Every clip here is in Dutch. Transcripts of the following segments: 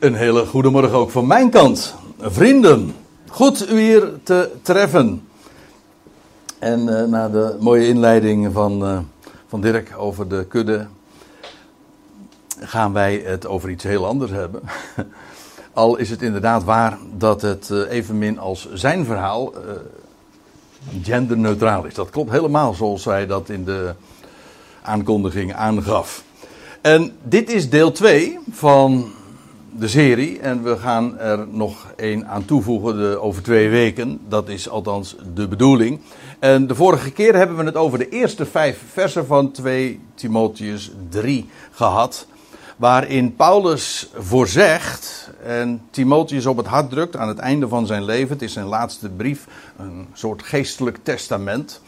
Een hele goede morgen ook van mijn kant. Vrienden, goed u hier te treffen. En na de mooie inleiding van Dirk over de kudde gaan wij het over iets heel anders hebben. Al is het inderdaad waar dat het evenmin als zijn verhaal genderneutraal is. Dat klopt helemaal zoals hij dat in de aankondiging aangaf. En dit is deel 2 van de serie en we gaan er nog één aan toevoegen over 2 weken. Dat is althans de bedoeling. En de vorige keer hebben we het over de eerste 5 versen van 2 Timotheus 3 gehad. Waarin Paulus voorzegt en Timotheus op het hart drukt aan het einde van zijn leven. Het is zijn laatste brief, een soort geestelijk testament.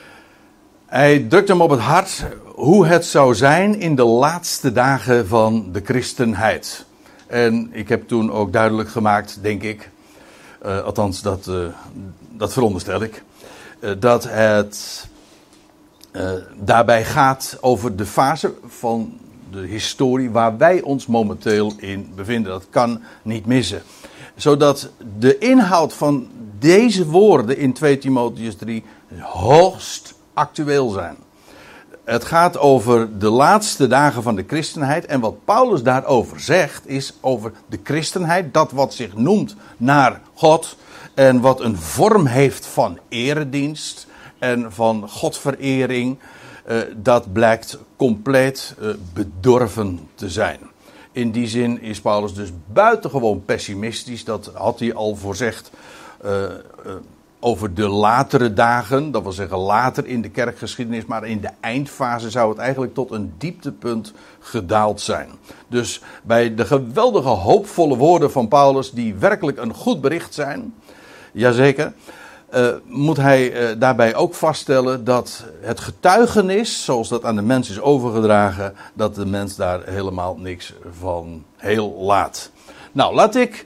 Hij drukt hem op het hart hoe het zou zijn in de laatste dagen van de christenheid. En ik heb toen ook duidelijk gemaakt, denk ik, althans dat veronderstel ik, dat het daarbij gaat over de fase van de historie waar wij ons momenteel in bevinden. Dat kan niet missen. Zodat de inhoud van deze woorden in 2 Timotheus 3 hoogst actueel zijn. Het gaat over de laatste dagen van de christenheid. En wat Paulus daarover zegt is over de christenheid. Dat wat zich noemt naar God. En wat een vorm heeft van eredienst. En van godverering. Dat blijkt compleet bedorven te zijn. In die zin is Paulus dus buitengewoon pessimistisch. Dat had hij al voorzegd over de latere dagen. Dat wil zeggen later in de kerkgeschiedenis. Maar in de eindfase zou het eigenlijk tot een dieptepunt gedaald zijn. Dus bij de geweldige hoopvolle woorden van Paulus, die werkelijk een goed bericht zijn. Jazeker. Moet hij daarbij ook vaststellen dat het getuigenis, zoals dat aan de mens is overgedragen, dat de mens daar helemaal niks van heel laat. Nou, laat ik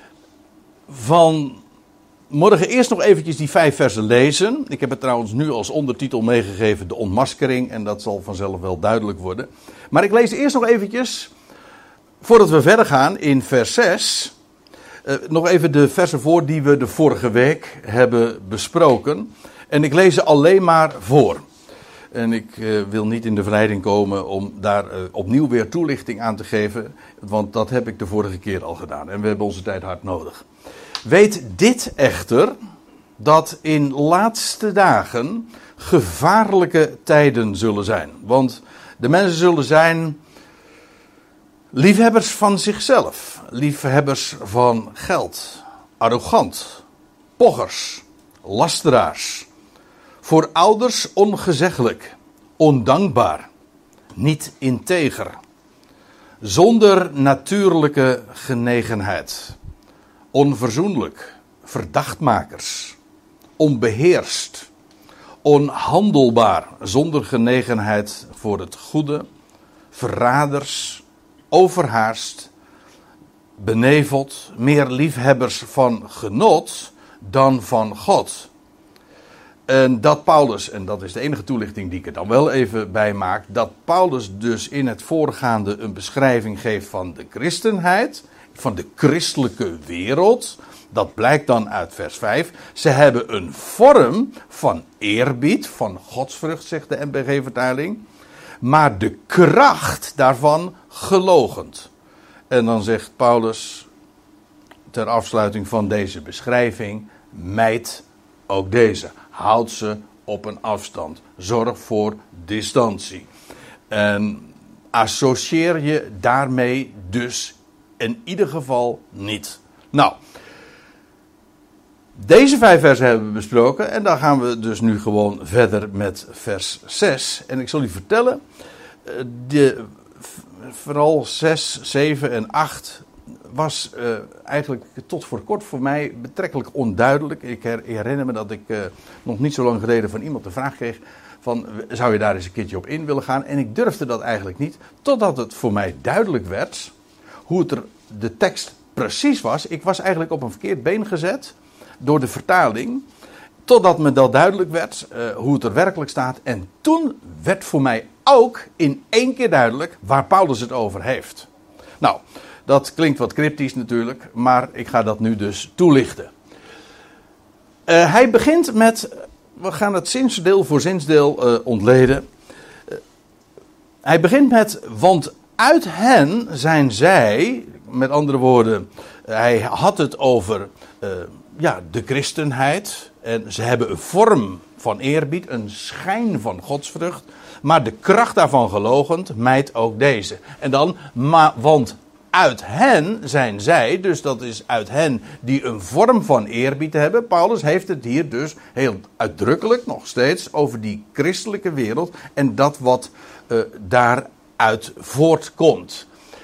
vanmorgen eerst nog eventjes die 5 versen lezen. Ik heb het trouwens nu als ondertitel meegegeven, de ontmaskering, en dat zal vanzelf wel duidelijk worden. Maar ik lees eerst nog eventjes, voordat we verder gaan, in vers 6... nog even de versen voor die we de vorige week hebben besproken. En ik lees ze alleen maar voor. En ik wil niet in de verleiding komen om daar opnieuw weer toelichting aan te geven. Want dat heb ik de vorige keer al gedaan. En we hebben onze tijd hard nodig. Weet dit echter, dat in laatste dagen gevaarlijke tijden zullen zijn. Want de mensen zullen zijn liefhebbers van zichzelf, liefhebbers van geld, arrogant, pochers, lasteraars, voor ouders ongezeggelijk, ondankbaar, niet integer, zonder natuurlijke genegenheid, onverzoenlijk, verdachtmakers, onbeheerst, onhandelbaar, zonder genegenheid voor het goede, verraders, overhaast, beneveld, meer liefhebbers van genot dan van God. En dat Paulus, en dat is de enige toelichting die ik er dan wel even bij maak, dat Paulus dus in het voorgaande een beschrijving geeft van de christenheid, van de christelijke wereld. Dat blijkt dan uit vers 5. Ze hebben een vorm van eerbied, van godsvrucht, zegt de NBG-vertaling. Maar de kracht daarvan geloochend. En dan zegt Paulus ter afsluiting van deze beschrijving: mijd ook deze. Houd ze op een afstand. Zorg voor distantie. En associeer je daarmee dus in ieder geval niet. Nou, deze 5 versen hebben we besproken en dan gaan we dus nu gewoon verder met vers 6. En ik zal u vertellen, vooral 6, 7 en 8 was eigenlijk tot voor kort voor mij betrekkelijk onduidelijk. Ik herinner me dat ik nog niet zo lang geleden van iemand de vraag kreeg van, zou je daar eens een keertje op in willen gaan? En ik durfde dat eigenlijk niet, totdat het voor mij duidelijk werd hoe het de tekst precies was. Ik was eigenlijk op een verkeerd been gezet door de vertaling, totdat me dat duidelijk werd hoe het er werkelijk staat. En toen werd voor mij ook in één keer duidelijk waar Paulus het over heeft. Nou, Dat klinkt wat cryptisch natuurlijk, maar ik ga dat nu dus toelichten. Hij begint met, we gaan het zinsdeel voor zinsdeel ontleden. Hij begint met, want uit hen zijn zij, met andere woorden, hij had het over de christenheid. En ze hebben een vorm van eerbied, een schijn van godsvrucht. Maar de kracht daarvan geloochend, mijt ook deze. En dan, want uit hen zijn zij, dus dat is uit hen die een vorm van eerbied hebben. Paulus heeft het hier dus heel uitdrukkelijk nog steeds over die christelijke wereld en dat wat daaruit voortkomt.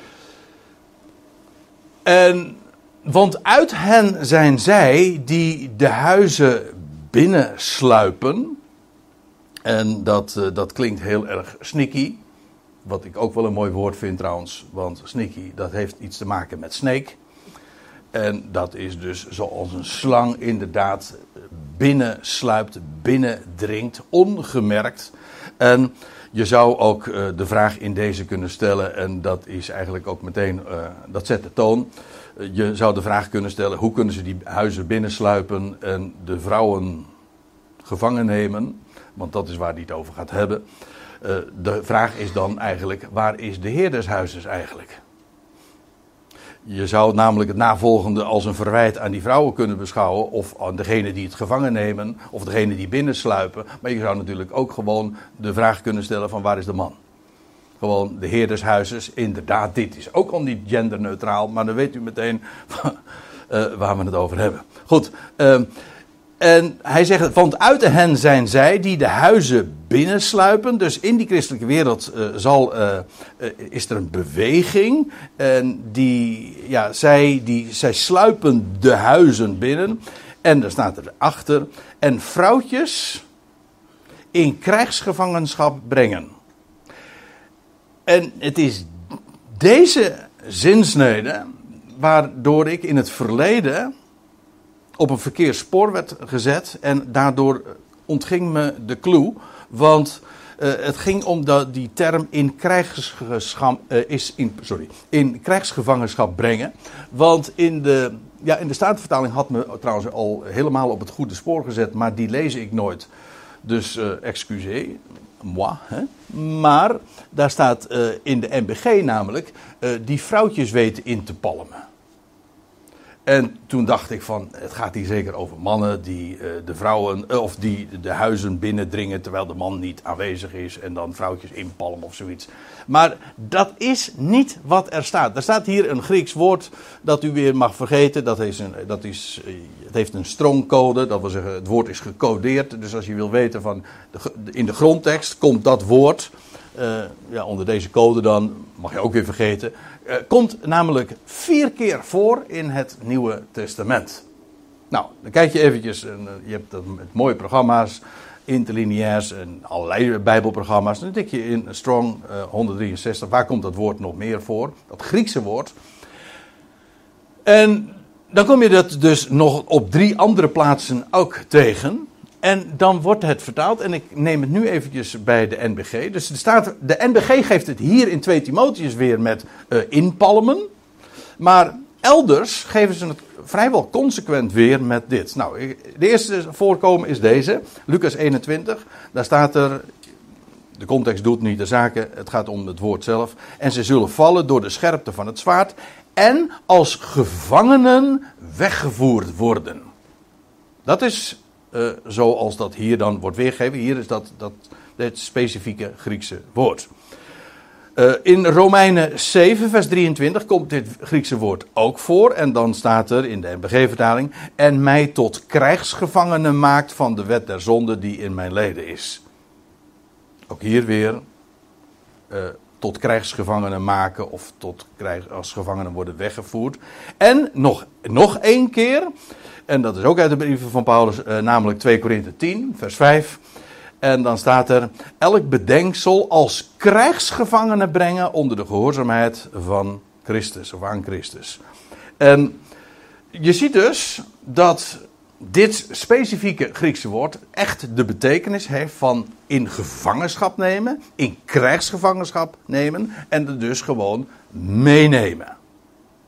Want uit hen zijn zij die de huizen binnensluipen. En dat klinkt heel erg sneaky. Wat ik ook wel een mooi woord vind trouwens. Want sneaky, dat heeft iets te maken met snake. En dat is dus zoals een slang inderdaad binnensluipt, binnendringt, ongemerkt. En je zou ook de vraag in deze kunnen stellen. En dat is eigenlijk ook meteen, dat zet de toon. Je zou de vraag kunnen stellen, hoe kunnen ze die huizen binnensluipen en de vrouwen gevangen nemen? Want dat is waar hij het over gaat hebben. De vraag is dan eigenlijk, waar is de heer des huizes eigenlijk? Je zou namelijk het navolgende als een verwijt aan die vrouwen kunnen beschouwen, of aan degene die het gevangen nemen, of degene die binnensluipen. Maar je zou natuurlijk ook gewoon de vraag kunnen stellen van waar is de man? Gewoon de heer des huizes. Inderdaad, dit is ook al niet genderneutraal, maar dan weet u meteen waar we het over hebben. Goed, en hij zegt, want uit hen zijn zij die de huizen binnensluipen. Dus in die christelijke wereld is er een beweging. En zij sluipen de huizen binnen. En er staat erachter. En vrouwtjes in krijgsgevangenschap brengen. En het is deze zinsnede waardoor ik in het verleden op een verkeerd spoor werd gezet en daardoor ontging me de clue. Want het ging om die term in krijgsgevangenschap brengen. Want in de Statenvertaling had me trouwens al helemaal op het goede spoor gezet, maar die lees ik nooit. Dus excusez, moi. Hè? Maar daar staat in de NBG namelijk die vrouwtjes weten in te palmen. En toen dacht ik van, het gaat hier zeker over mannen die de vrouwen, of die de huizen binnendringen terwijl de man niet aanwezig is en dan vrouwtjes inpalmen of zoiets. Maar dat is niet wat er staat. Er staat hier een Grieks woord dat u weer mag vergeten. Het heeft een strongcode, dat wil zeggen het woord is gecodeerd. Dus als je wil weten van, in de grondtekst komt dat woord, onder deze code dan, mag je ook weer vergeten. Komt namelijk 4 keer voor in het Nieuwe Testament. Nou, dan kijk je eventjes, je hebt mooie programma's, interlineairs en allerlei bijbelprogramma's. Dan tik je in Strong 163, waar komt dat woord nog meer voor? Dat Griekse woord. En dan kom je dat dus nog op 3 andere plaatsen ook tegen. En dan wordt het vertaald, en ik neem het nu eventjes bij de NBG. Dus de NBG geeft het hier in 2 Timotheus weer met inpalmen. Maar elders geven ze het vrijwel consequent weer met dit. Nou, de eerste voorkomen is deze, Lucas 21. Daar staat er, de context doet niet de zaken, het gaat om het woord zelf. En ze zullen vallen door de scherpte van het zwaard en als gevangenen weggevoerd worden. Dat is zoals dat hier dan wordt weergegeven. Hier is dat het specifieke Griekse woord. In Romeinen 7 vers 23 komt dit Griekse woord ook voor. En dan staat er in de NBG-vertaling, en mij tot krijgsgevangene maakt van de wet der zonde die in mijn leden is. Ook hier weer tot krijgsgevangenen maken of als gevangenen worden weggevoerd. En nog 1 keer, en dat is ook uit de brieven van Paulus, namelijk 2 Korinthe 10 vers 5. En dan staat er, elk bedenksel als krijgsgevangene brengen onder de gehoorzaamheid van Christus of aan Christus. En je ziet dus dat dit specifieke Griekse woord echt de betekenis heeft van in gevangenschap nemen, in krijgsgevangenschap nemen en er dus gewoon meenemen.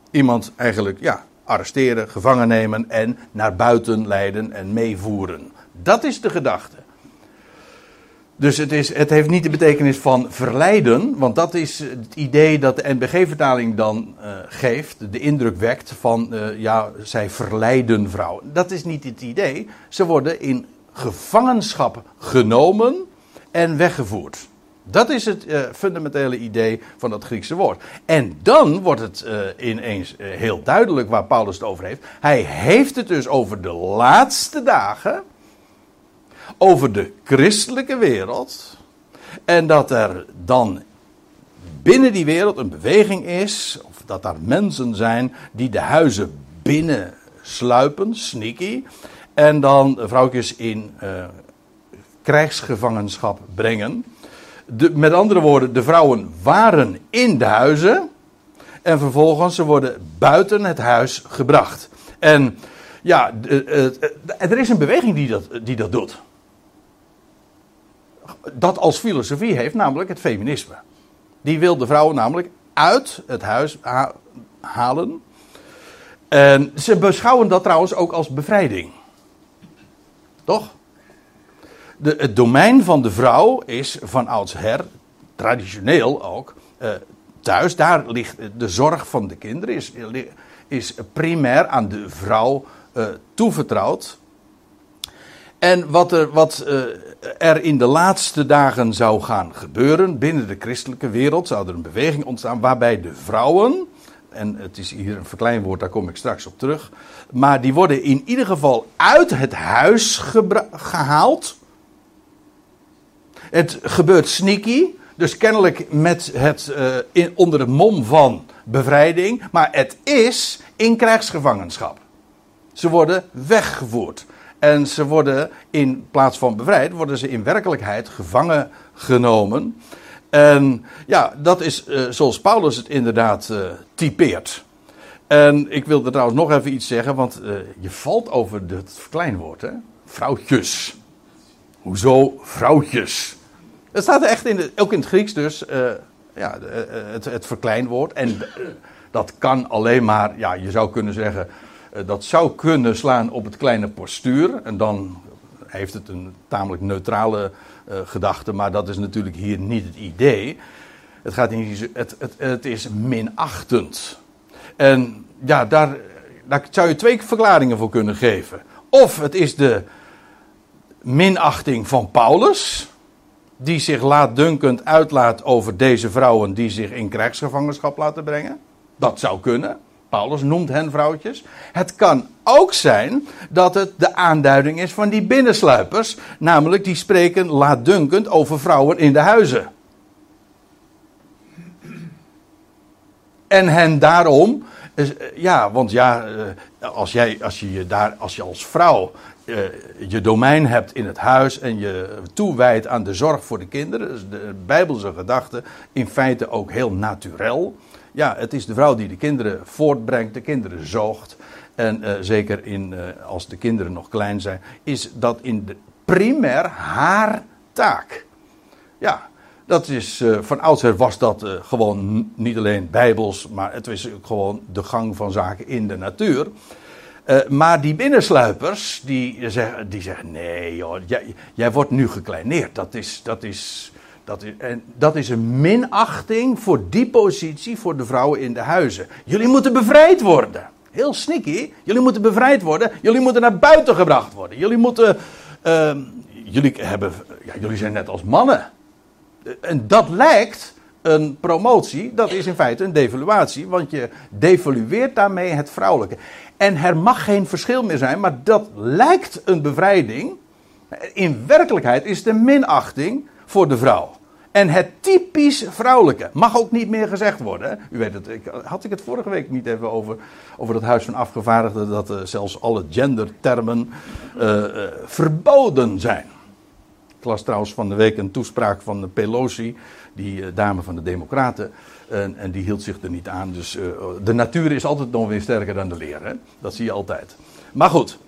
iemand eigenlijk arresteren, gevangen nemen en naar buiten leiden en meevoeren. Dat is de gedachte. Dus het heeft niet de betekenis van verleiden, want dat is het idee dat de NBG-vertaling dan geeft, de indruk wekt van, zij verleiden vrouwen. Dat is niet het idee. Ze worden in gevangenschap genomen en weggevoerd. Dat is het fundamentele idee van dat Griekse woord. En dan wordt het ineens heel duidelijk waar Paulus het over heeft. Hij heeft het dus over de laatste dagen, over de christelijke wereld. En dat er dan binnen die wereld een beweging is, of dat daar mensen zijn die de huizen binnen sluipen, sneaky, en dan vrouwtjes in krijgsgevangenschap brengen. Met andere woorden, de vrouwen waren in de huizen en vervolgens ze worden buiten het huis gebracht. En er is een beweging die dat doet. Dat als filosofie heeft, namelijk het feminisme. Die wil de vrouwen namelijk uit het huis halen. En ze beschouwen dat trouwens ook als bevrijding. Toch? Het domein van de vrouw is van oudsher, traditioneel ook, thuis. Daar ligt de zorg van de kinderen, is primair aan de vrouw toevertrouwd. En wat er in de laatste dagen zou gaan gebeuren binnen de christelijke wereld, zou er een beweging ontstaan waarbij de vrouwen, en het is hier een verkleinwoord, daar kom ik straks op terug, maar die worden in ieder geval uit het huis gehaald. Het gebeurt sneaky, dus kennelijk met onder het mom van bevrijding, maar het is in krijgsgevangenschap. Ze worden weggevoerd. En ze worden in plaats van bevrijd, worden ze in werkelijkheid gevangen genomen. En dat is zoals Paulus het inderdaad typeert. En ik wilde trouwens nog even iets zeggen, want je valt over het verkleinwoord, hè? Vrouwtjes. Hoezo vrouwtjes? Dat staat er echt ook in het Grieks dus, het verkleinwoord. En dat kan alleen maar, je zou kunnen zeggen, dat zou kunnen slaan op het kleine postuur. En dan heeft het een tamelijk neutrale gedachte, maar dat is natuurlijk hier niet het idee. Het is minachtend. En daar zou je twee verklaringen voor kunnen geven. Of het is de minachting van Paulus, die zich laatdunkend uitlaat over deze vrouwen die zich in krijgsgevangenschap laten brengen. Dat zou kunnen. Paulus noemt hen vrouwtjes. Het kan ook zijn dat het de aanduiding is van die binnensluipers. Namelijk die spreken laatdunkend over vrouwen in de huizen. En hen daarom, als je als vrouw je domein hebt in het huis en je toewijdt aan de zorg voor de kinderen, dus de Bijbelse gedachte, in feite ook heel naturel. Ja, het is de vrouw die de kinderen voortbrengt, de kinderen zoogt. En zeker als de kinderen nog klein zijn, is dat primair haar taak. Ja, dat is, van oudsher was dat gewoon niet alleen bijbels, maar het was ook gewoon de gang van zaken in de natuur. Maar die binnensluipers, die zeggen, nee joh, jij wordt nu gekleineerd. Dat is een minachting voor die positie voor de vrouwen in de huizen. Jullie moeten bevrijd worden. Heel sneaky. Jullie moeten bevrijd worden. Jullie moeten naar buiten gebracht worden. Jullie zijn net als mannen. En dat lijkt een promotie. Dat is in feite een devaluatie. Want je devalueert daarmee het vrouwelijke. En er mag geen verschil meer zijn. Maar dat lijkt een bevrijding. In werkelijkheid is het een minachting voor de vrouw. En het typisch vrouwelijke mag ook niet meer gezegd worden. Hè? U weet het, had ik het vorige week niet even over dat Huis van Afgevaardigden, dat zelfs alle gendertermen verboden zijn. Ik las trouwens van de week een toespraak van Pelosi, die dame van de Democraten, en die hield zich er niet aan. Dus de natuur is altijd nog weer sterker dan de leer. Hè? Dat zie je altijd. Maar goed.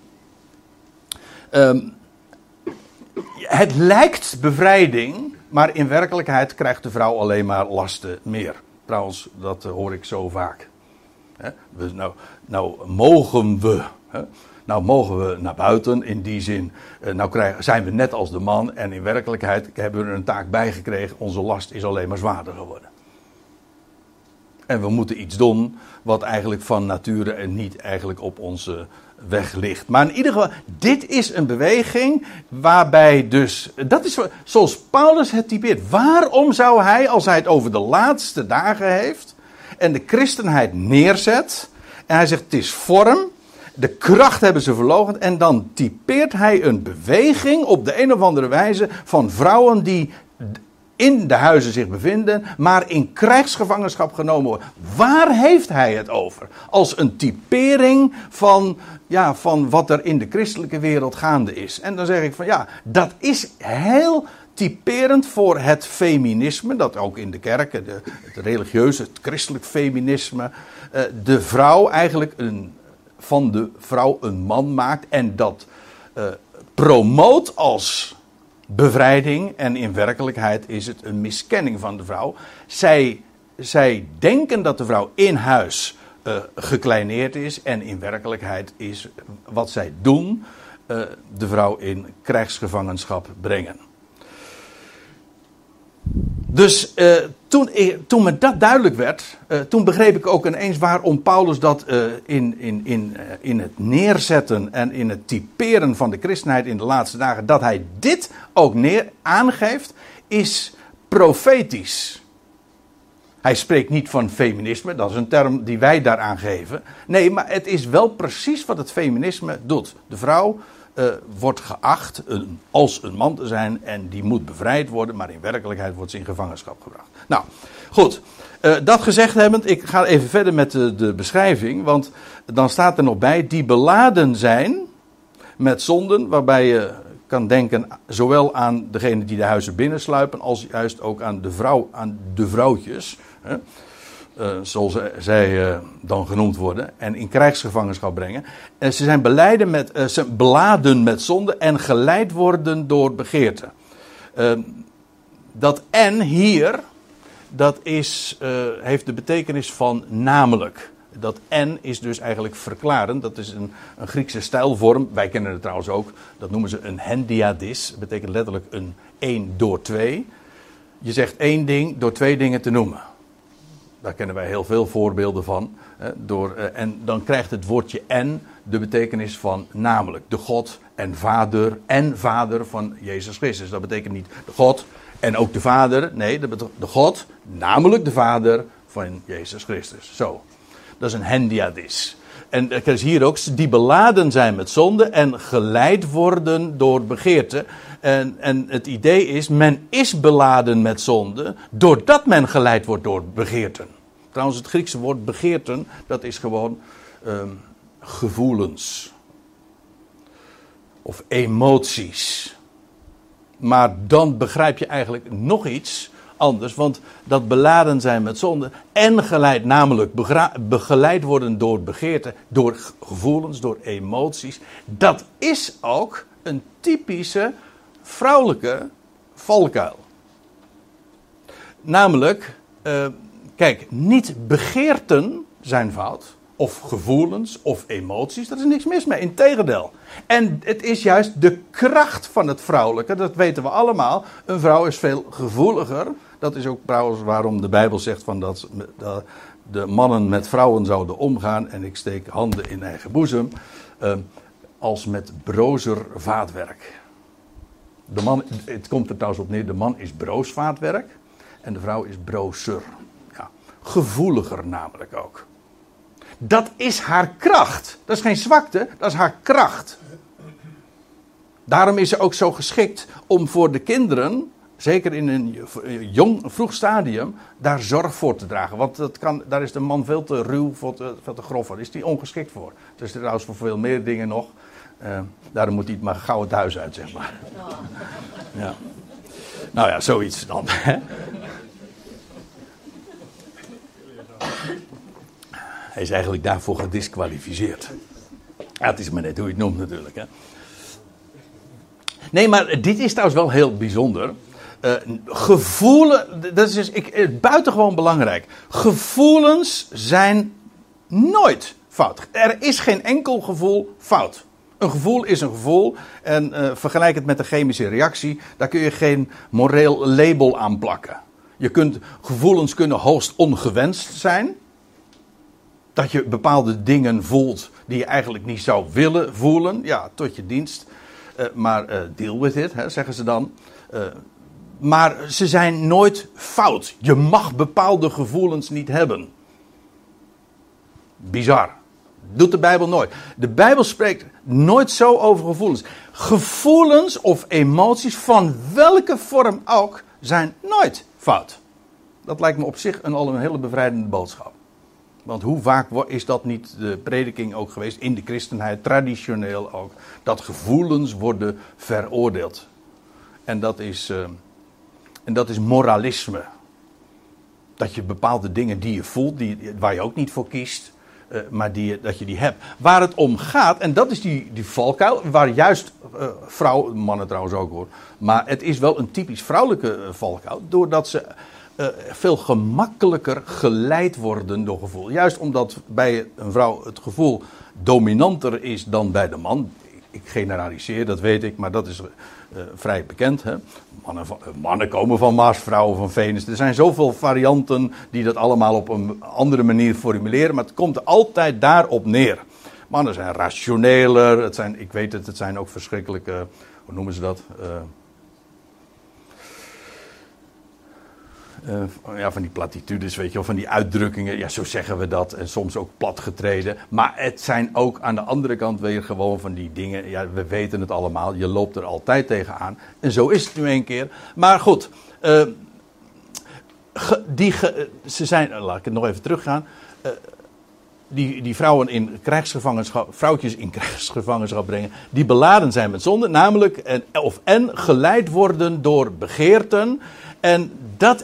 Het lijkt bevrijding, maar in werkelijkheid krijgt de vrouw alleen maar lasten meer. Trouwens, dat hoor ik zo vaak. Nou mogen we. Nou mogen we naar buiten, in die zin. Zijn we net als de man. En in werkelijkheid hebben we er een taak bij gekregen. Onze last is alleen maar zwaarder geworden. En we moeten iets doen wat eigenlijk van nature en niet eigenlijk op onze weg ligt. Maar in ieder geval, dit is een beweging waarbij dus, dat is zoals Paulus het typeert. Waarom zou hij, als hij het over de laatste dagen heeft en de christenheid neerzet, en hij zegt het is vorm, de kracht hebben ze verloochend, en dan typeert hij een beweging op de een of andere wijze van vrouwen die in de huizen zich bevinden, maar in krijgsgevangenschap genomen worden. Waar heeft hij het over? Als een typering van wat er in de christelijke wereld gaande is. En dan zeg ik van dat is heel typerend voor het feminisme, dat ook in de kerken, het religieuze, het christelijk feminisme, de vrouw eigenlijk van de vrouw een man maakt en dat promoot als bevrijding, en in werkelijkheid is het een miskenning van de vrouw. Zij denken dat de vrouw in huis gekleineerd is, en in werkelijkheid is wat zij doen de vrouw in krijgsgevangenschap brengen. Dus toen me dat duidelijk werd, toen begreep ik ook ineens waarom Paulus dat in het neerzetten en in het typeren van de christenheid in de laatste dagen, dat hij dit ook aangeeft, is profetisch. Hij spreekt niet van feminisme, dat is een term die wij daaraan geven. Nee, maar het is wel precies wat het feminisme doet. De vrouw wordt geacht als een man te zijn en die moet bevrijd worden, maar in werkelijkheid wordt ze in gevangenschap gebracht. Nou, goed. Dat gezegd hebbend, ik ga even verder met de beschrijving, want dan staat er nog bij, die beladen zijn met zonden, waarbij je kan denken zowel aan degene die de huizen binnensluipen, als juist ook aan de vrouwtjes, zoals zij dan genoemd worden, en in krijgsgevangenschap brengen. En ze zijn beladen met zonde en geleid worden door begeerte. Dat en hier, dat heeft de betekenis van namelijk. Dat en is dus eigenlijk verklarend. Dat is een Griekse stijlvorm. Wij kennen het trouwens ook. Dat noemen ze een hendiadis. Dat betekent letterlijk een 1 door 2. Je zegt één ding door twee dingen te noemen. Daar kennen wij heel veel voorbeelden van. En dan krijgt het woordje en de betekenis van namelijk. De God en vader van Jezus Christus. Dat betekent niet de God en ook de vader. Nee, de God, namelijk de vader van Jezus Christus. Zo. Dat is een hendiadis. En er is hier ook, die beladen zijn met zonde en geleid worden door begeerte. En het idee is, men is beladen met zonde doordat men geleid wordt door begeerten. Trouwens, het Griekse woord begeerten, dat is gewoon gevoelens. Of emoties. Maar dan begrijp je eigenlijk nog iets anders, want dat beladen zijn met zonde en geleid, namelijk begeleid worden door begeerte, door gevoelens, door emoties. Dat is ook een typische vrouwelijke valkuil. Namelijk, kijk, niet begeerten zijn fout, of gevoelens, of emoties, daar is niks mis mee, integendeel. En het is juist de kracht van het vrouwelijke, dat weten we allemaal. Een vrouw is veel gevoeliger. Dat is ook trouwens waarom de Bijbel zegt van dat de mannen met vrouwen zouden omgaan, en ik steek handen in eigen boezem, als met brozer vaatwerk. De man, het komt er trouwens op neer, de man is broos vaatwerk en de vrouw is brozer. Ja, gevoeliger namelijk ook. Dat is haar kracht. Dat is geen zwakte, dat is haar kracht. Daarom is ze ook zo geschikt om voor de kinderen, zeker in een vroeg stadium, daar zorg voor te dragen. Want daar is de man veel te ruw, veel te grof voor. Daar is die ongeschikt voor. Het is trouwens voor veel meer dingen nog. Daarom moet hij het maar gauw het huis uit, zeg maar. Ja. Nou ja, zoiets dan. Hij is eigenlijk daarvoor gediskwalificeerd. Ja, het is maar net hoe je het noemt natuurlijk. Hè. Nee, maar dit is trouwens wel heel bijzonder. Gevoelens, dat is dus buitengewoon belangrijk. Gevoelens zijn nooit fout. Er is geen enkel gevoel fout. Een gevoel is een gevoel. En vergelijk het met een chemische reactie. Daar kun je geen moreel label aan plakken. Gevoelens kunnen hoogst ongewenst zijn. Dat je bepaalde dingen voelt die je eigenlijk niet zou willen voelen. Ja, tot je dienst. Maar deal with it, zeggen ze dan. Maar ze zijn nooit fout. Je mag bepaalde gevoelens niet hebben. Bizar. Doet de Bijbel nooit. De Bijbel spreekt nooit zo over gevoelens. Gevoelens of emoties van welke vorm ook zijn nooit fout. Dat lijkt me op zich al een hele bevrijdende boodschap. Want hoe vaak is dat niet de prediking ook geweest in de christenheid, traditioneel ook, dat gevoelens worden veroordeeld. En dat is moralisme. Dat je bepaalde dingen die je voelt, waar je ook niet voor kiest, maar dat je die hebt. Waar het om gaat, en dat is die valkuil, waar juist vrouwen, mannen trouwens ook hoor, maar het is wel een typisch vrouwelijke valkuil, doordat ze veel gemakkelijker geleid worden door gevoel. Juist omdat bij een vrouw het gevoel dominanter is dan bij de man. Ik generaliseer, dat weet ik, maar dat is vrij bekend. Hè? Mannen komen van Mars, vrouwen van Venus. Er zijn zoveel varianten die dat allemaal op een andere manier formuleren, maar het komt er altijd daarop neer. Mannen zijn rationeler, het zijn ook verschrikkelijke, hoe noemen ze dat? Van die platitudes, weet je wel, van die uitdrukkingen. Ja, zo zeggen we dat. En soms ook platgetreden. Maar het zijn ook aan de andere kant weer gewoon van die dingen. Ja, we weten het allemaal. Je loopt er altijd tegenaan. En zo is het nu een keer. Maar goed. Ze zijn, laat ik het nog even teruggaan. Die vrouwen in krijgsgevangenschap, vrouwtjes in krijgsgevangenschap brengen, die beladen zijn met zonde, namelijk en geleid worden door begeerten. En dat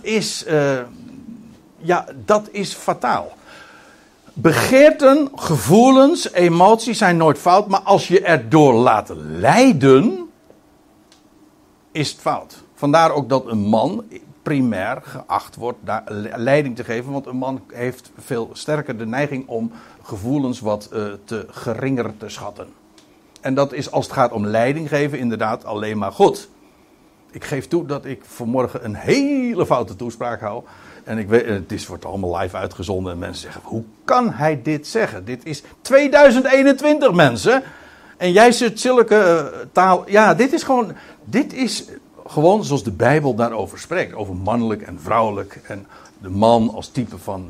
is fataal. Begeerten, gevoelens, emoties zijn nooit fout, maar als je erdoor laat leiden, is het fout. Vandaar ook dat een man primair geacht wordt leiding te geven, want een man heeft veel sterker de neiging om gevoelens wat te geringer te schatten. En dat is, als het gaat om leiding geven, inderdaad alleen maar goed. Ik geef toe dat ik vanmorgen een hele foute toespraak hou. En ik weet, wordt allemaal live uitgezonden en mensen zeggen, hoe kan hij dit zeggen? Dit is 2021 mensen. En jij zit zulke taal. Ja, dit is gewoon zoals de Bijbel daarover spreekt. Over mannelijk en vrouwelijk. En de man als type van,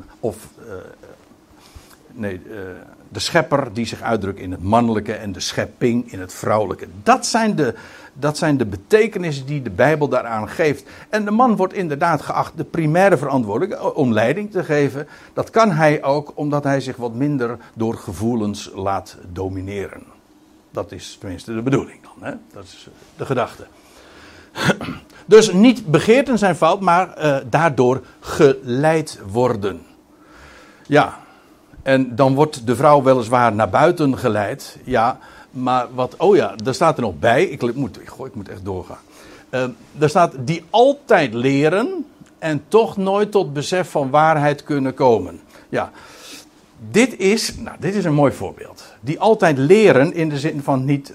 de schepper die zich uitdrukt in het mannelijke en de schepping in het vrouwelijke. Dat zijn de betekenissen die de Bijbel daaraan geeft. En de man wordt inderdaad geacht de primaire verantwoordelijke om leiding te geven. Dat kan hij ook omdat hij zich wat minder door gevoelens laat domineren. Dat is tenminste de bedoeling dan. Hè? Dat is de gedachte. Dus niet begeerten zijn fout, maar daardoor geleid worden. Ja, en dan wordt de vrouw weliswaar naar buiten geleid. Ja, maar daar staat er nog bij. Ik moet echt doorgaan. Daar staat die altijd leren en toch nooit tot besef van waarheid kunnen komen. Ja, dit is een mooi voorbeeld. Die altijd leren in de zin van niet.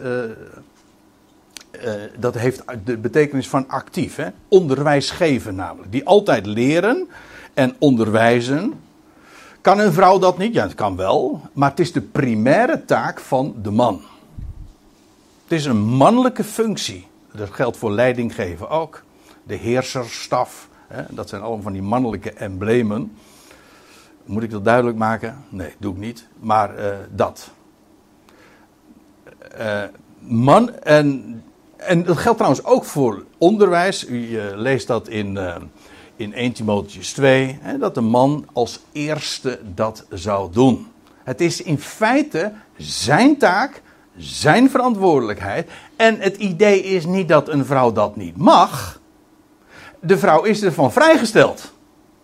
Dat heeft de betekenis van actief. Hè? Onderwijs geven namelijk. Die altijd leren en onderwijzen. Kan een vrouw dat niet? Ja, het kan wel. Maar het is de primaire taak van de man. Het is een mannelijke functie. Dat geldt voor leiding geven ook. De heerserstaf. Hè? Dat zijn allemaal van die mannelijke emblemen. Moet ik dat duidelijk maken? Nee, doe ik niet. Maar dat. Man en dat geldt trouwens ook voor onderwijs. U leest dat in 1 Timotheüs 2. Hè, dat de man als eerste dat zou doen. Het is in feite zijn taak, zijn verantwoordelijkheid. En het idee is niet dat een vrouw dat niet mag. De vrouw is ervan vrijgesteld.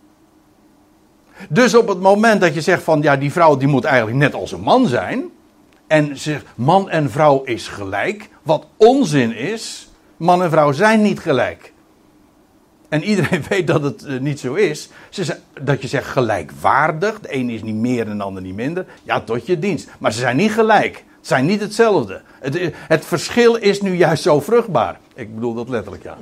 Dus op het moment dat je zegt van ja, die vrouw die moet eigenlijk net als een man zijn. En zegt man en vrouw is gelijk. Wat onzin is. Man en vrouw zijn niet gelijk. En iedereen weet dat het niet zo is. Dat je zegt gelijkwaardig. De ene is niet meer en de ander niet minder. Ja, tot je dienst. Maar ze zijn niet gelijk. Het zijn niet hetzelfde. Het verschil is nu juist zo vruchtbaar. Ik bedoel dat letterlijk, ja.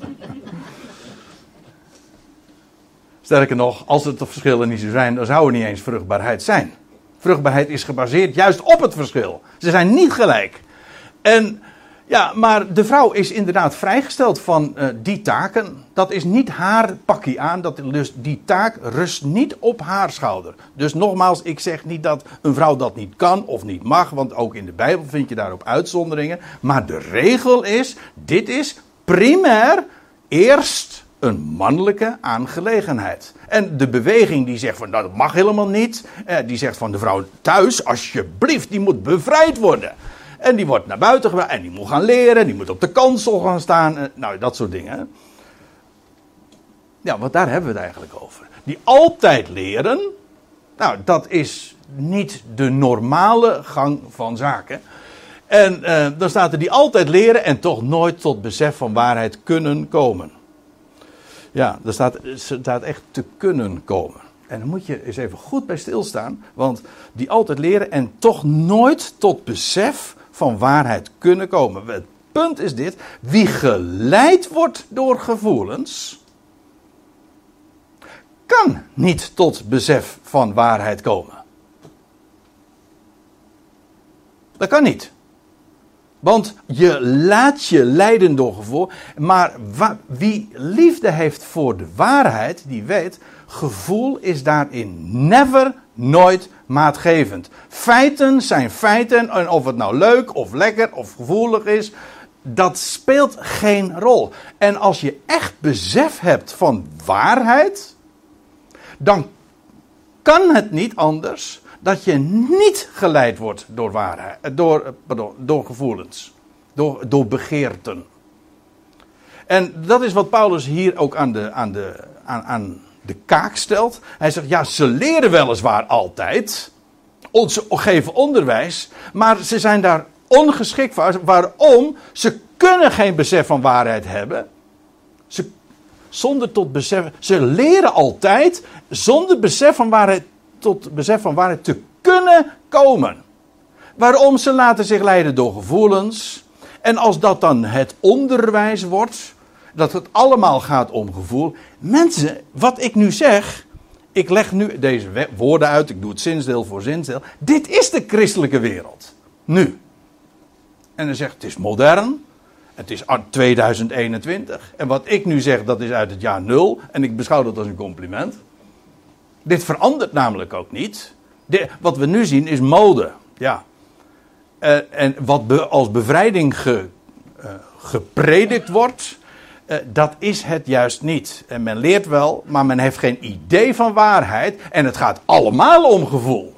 Sterker nog, als het verschillen niet zo zijn, dan zou er niet eens vruchtbaarheid zijn. Vruchtbaarheid is gebaseerd juist op het verschil. Ze zijn niet gelijk. En ja, maar de vrouw is inderdaad vrijgesteld van die taken. Dat is niet haar pakje aan. Dus die taak rust niet op haar schouder. Dus nogmaals, ik zeg niet dat een vrouw dat niet kan of niet mag. Want ook in de Bijbel vind je daarop uitzonderingen. Maar de regel is, dit is primair eerst een mannelijke aangelegenheid. En de beweging die zegt van, nou, dat mag helemaal niet. Die zegt van de vrouw thuis, alsjeblieft, die moet bevrijd worden. En die wordt naar buiten gebracht en die moet gaan leren. Die moet op de kansel gaan staan. Nou, dat soort dingen. Ja, want daar hebben we het eigenlijk over. Die altijd leren. Nou, dat is niet de normale gang van zaken. En dan staat er die altijd leren en toch nooit tot besef van waarheid kunnen komen. Ja, er staat echt te kunnen komen. En dan moet je eens even goed bij stilstaan. Want die altijd leren en toch nooit tot besef van waarheid kunnen komen. Het punt is dit. Wie geleid wordt door gevoelens, kan niet tot besef van waarheid komen. Dat kan niet. Want je laat je leiden door gevoel. Maar wie liefde heeft voor de waarheid, die weet, gevoel is daarin nooit maatgevend. Feiten zijn feiten. En of het nou leuk of lekker of gevoelig is, dat speelt geen rol. En als je echt besef hebt van waarheid, dan kan het niet anders dat je niet geleid wordt door waarheid, door gevoelens, door begeerten. En dat is wat Paulus hier ook aan de kaak stelt. Hij zegt, ja, ze leren weliswaar altijd, ze geven onderwijs, maar ze zijn daar ongeschikt voor. Waarom? Ze kunnen geen besef van waarheid hebben. Ze leren altijd zonder besef van waarheid, tot besef van waarheid te kunnen komen. Waarom? Ze laten zich leiden door gevoelens. En als dat dan het onderwijs wordt, dat het allemaal gaat om gevoel. Mensen, wat ik nu zeg, ik leg nu deze woorden uit, ik doe het zinsdeel voor zinsdeel. Dit is de christelijke wereld. Nu. En dan zegt het is modern. Het is 2021. En wat ik nu zeg, dat is uit het jaar 0. En ik beschouw dat als een compliment. Dit verandert namelijk ook niet. Wat we nu zien is mode. Ja. En wat als bevrijding gepredikt wordt, dat is het juist niet. En men leert wel, maar men heeft geen idee van waarheid. En het gaat allemaal om gevoel.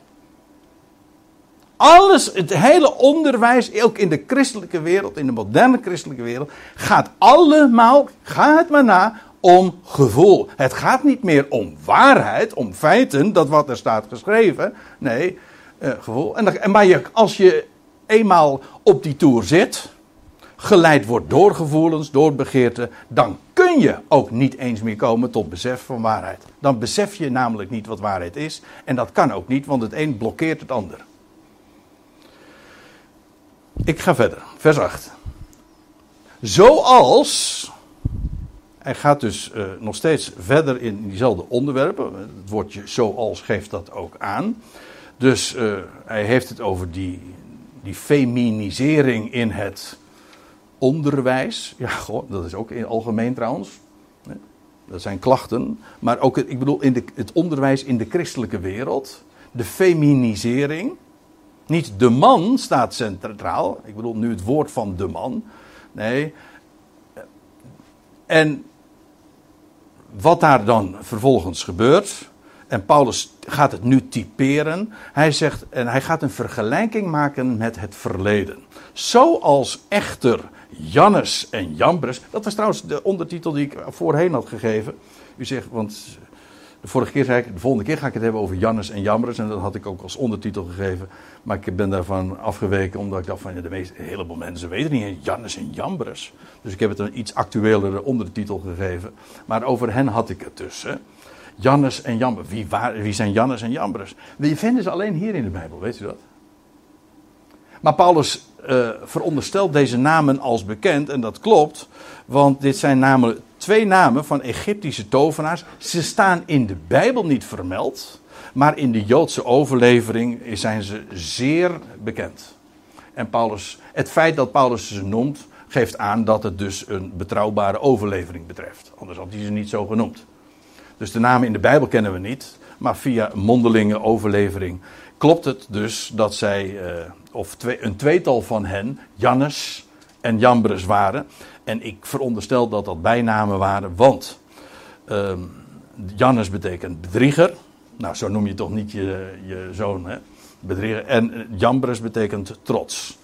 Alles, het hele onderwijs, ook in de christelijke wereld, in de moderne christelijke wereld, gaat allemaal, ga het maar na, om gevoel. Het gaat niet meer om waarheid, om feiten, dat wat er staat geschreven. Nee, gevoel. Maar als je eenmaal op die toer zit, geleid wordt door gevoelens, door begeerten, dan kun je ook niet eens meer komen tot besef van waarheid. Dan besef je namelijk niet wat waarheid is. En dat kan ook niet, want het een blokkeert het ander. Ik ga verder, vers 8. Zoals, hij gaat dus nog steeds verder in diezelfde onderwerpen. Het woordje zoals geeft dat ook aan. Dus hij heeft het over die feminisering in het onderwijs. Ja, goh, dat is ook in het algemeen trouwens. Dat zijn klachten. Maar ook, ik bedoel, het onderwijs in de christelijke wereld. De feminisering. Niet de man staat centraal. Ik bedoel nu het woord van de man. Nee. En wat daar dan vervolgens gebeurt. En Paulus gaat het nu typeren. Hij zegt, en hij gaat een vergelijking maken met het verleden. Zoals echter Jannes en Jambres. Dat was trouwens de ondertitel die ik voorheen had gegeven. U zegt, want De vorige keer zei ik, de volgende keer ga ik het hebben over Jannes en Jambres. En dat had ik ook als ondertitel gegeven. Maar ik ben daarvan afgeweken omdat ik dacht van, ja, een heleboel mensen weten niet Jannes en Jambres. Dus ik heb het een iets actuelere ondertitel gegeven. Maar over hen had ik het dus. Hè. Jannes en Jambres. Wie zijn Jannes en Jambres? We vinden ze alleen hier in de Bijbel, weet u dat? Maar Paulus veronderstelt deze namen als bekend. En dat klopt. Want dit zijn namelijk 2 namen van Egyptische tovenaars. Ze staan in de Bijbel niet vermeld. Maar in de Joodse overlevering zijn ze zeer bekend. En het feit dat Paulus ze noemt, geeft aan dat het dus een betrouwbare overlevering betreft. Anders had hij ze niet zo genoemd. Dus de namen in de Bijbel kennen we niet. Maar via mondelinge overlevering klopt het dus dat zij, een tweetal van hen, Jannes en Jambres waren. En ik veronderstel dat dat bijnamen waren, want Jannes betekent bedrieger. Nou, zo noem je toch niet je zoon, hè? Bedrieger. En Jambres betekent trots.